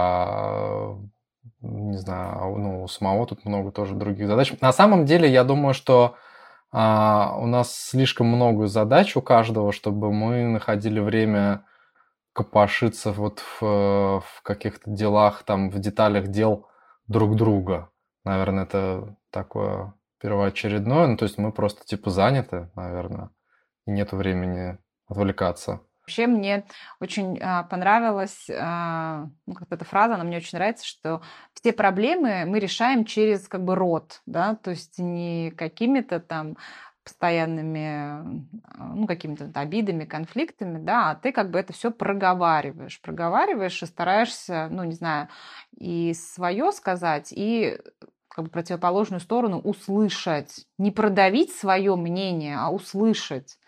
Не знаю, ну, у самого тут много тоже других задач. На самом деле, я думаю, что у нас слишком много задач у каждого, чтобы мы находили время копошиться вот в каких-то делах, там, в деталях дел друг друга. Наверное, это такое первоочередное. Ну, то есть мы просто типа заняты, наверное, и нет времени отвлекаться. Вообще мне очень понравилась ну, как эта фраза, она мне очень нравится, что все проблемы мы решаем через как бы род, да, то есть не какими-то там постоянными, ну, какими-то обидами, конфликтами, да, а ты как бы это все проговариваешь и стараешься, ну, не знаю, и свое сказать, и как бы противоположную сторону услышать, не продавить свое мнение, а услышать.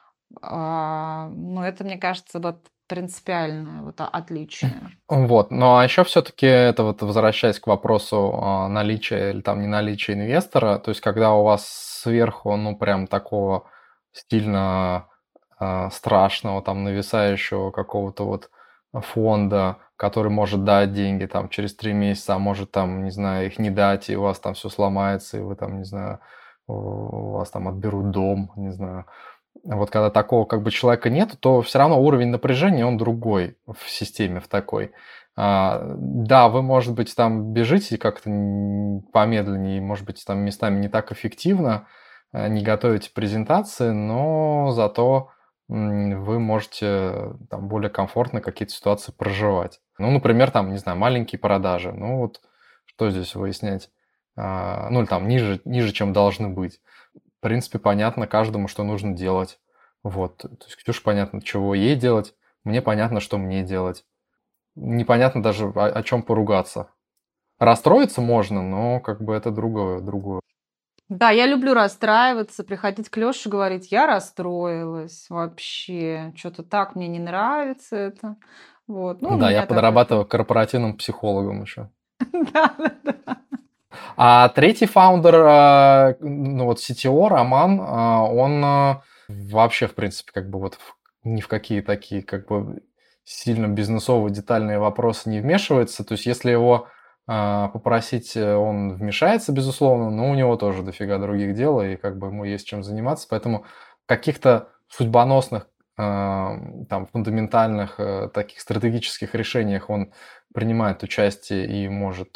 Ну, это, мне кажется, вот принципиальное вот отличие. Вот, ну а еще все-таки это вот возвращаясь к вопросу наличия или там не наличия инвестора, то есть когда у вас сверху, ну прям такого стильно страшного, там нависающего какого-то вот фонда, который может дать деньги там через 3 месяца, а может там, не знаю, их не дать, и у вас там все сломается, и вы там, не знаю, у вас там отберут дом, не знаю. Вот когда такого как бы человека нет, то все равно уровень напряжения, он другой в системе в такой. Да, вы, может быть, там бежите как-то помедленнее, может быть, там местами не так эффективно, не готовите презентации, но зато вы можете там более комфортно какие-то ситуации проживать. Ну, например, там, не знаю, маленькие продажи. Ну, вот что здесь выяснять? Ну, или там ниже, чем должны быть. В принципе, понятно каждому, что нужно делать. Вот. То есть Ксюше понятно, чего ей делать, мне понятно, что мне делать. Непонятно даже, о чем поругаться. Расстроиться можно, но как бы это другое. Да, я люблю расстраиваться, приходить к Лёше и говорить, я расстроилась вообще, что-то так мне не нравится это. Вот. Ну, у Да, я меня такой подрабатываю корпоративным психологом еще. Да. А третий фаундер, CTO, Роман, он вообще, в принципе, как бы ни в какие такие как бы сильно бизнесовые детальные вопросы не вмешивается. То есть если его попросить, он вмешается, безусловно, но у него тоже дофига других дел, и как бы ему есть чем заниматься. Поэтому каких-то судьбоносных, фундаментальных таких стратегических решениях он принимает участие и может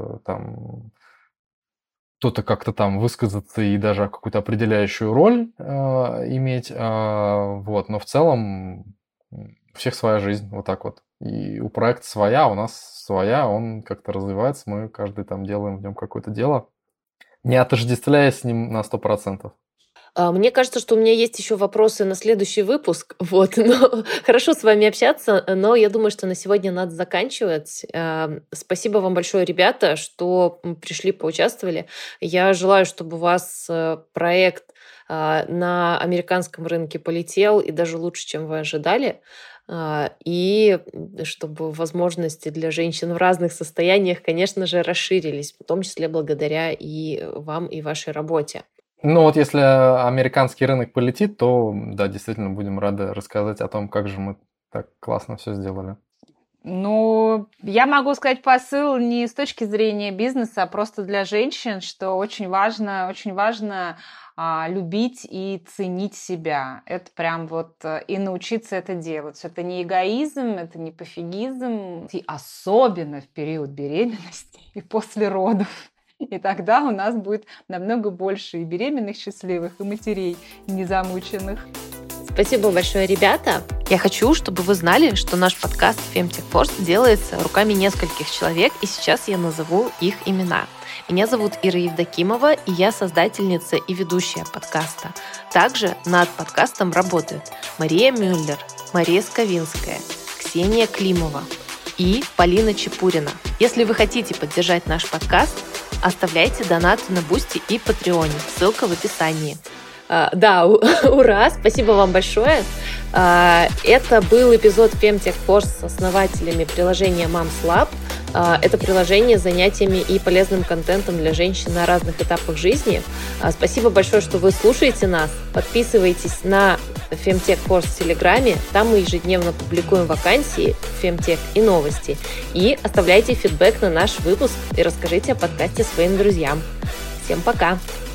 кто-то как-то там высказаться и даже какую-то определяющую роль иметь. Но в целом у всех своя жизнь, вот так вот. И у проекта своя, у нас своя, он как-то развивается, мы каждый там делаем в нем какое-то дело, не отождествляясь с ним на 100%. Мне кажется, что у меня есть еще вопросы на следующий выпуск. Но хорошо с вами общаться, но я думаю, что на сегодня надо заканчивать. Спасибо вам большое, ребята, что пришли, поучаствовали. Я желаю, чтобы у вас проект на американском рынке полетел и даже лучше, чем вы ожидали. И чтобы возможности для женщин в разных состояниях, конечно же, расширились, в том числе благодаря и вам, и вашей работе. Если американский рынок полетит, то, да, действительно будем рады рассказать о том, как же мы так классно все сделали. Я могу сказать посыл не с точки зрения бизнеса, а просто для женщин, что очень важно любить и ценить себя. Это прям и научиться это делать. Это не эгоизм, это не пофигизм. И особенно в период беременности и после родов. И тогда у нас будет намного больше и беременных счастливых, и матерей незамученных. Спасибо большое, ребята. Я хочу, чтобы вы знали, что наш подкаст Femtech Force делается руками нескольких человек, и сейчас я назову их имена. Меня зовут Ира Евдокимова, и я создательница и ведущая подкаста. Также над подкастом работают Мария Мюллер, Мария Сковинская, Ксения Климова и Полина Чепурина. Если вы хотите поддержать наш подкаст, оставляйте донаты на Бусти и Патреоне. Ссылка в описании. Ура! Спасибо вам большое. Это был эпизод Femtech Force с основателями приложения Moms Lab. Это приложение с занятиями и полезным контентом для женщин на разных этапах жизни. Спасибо большое, что вы слушаете нас. Подписывайтесь на Femtech Force в Телеграме. Там мы ежедневно публикуем вакансии, Femtech и новости. И оставляйте фидбэк на наш выпуск и расскажите о подкасте своим друзьям. Всем пока!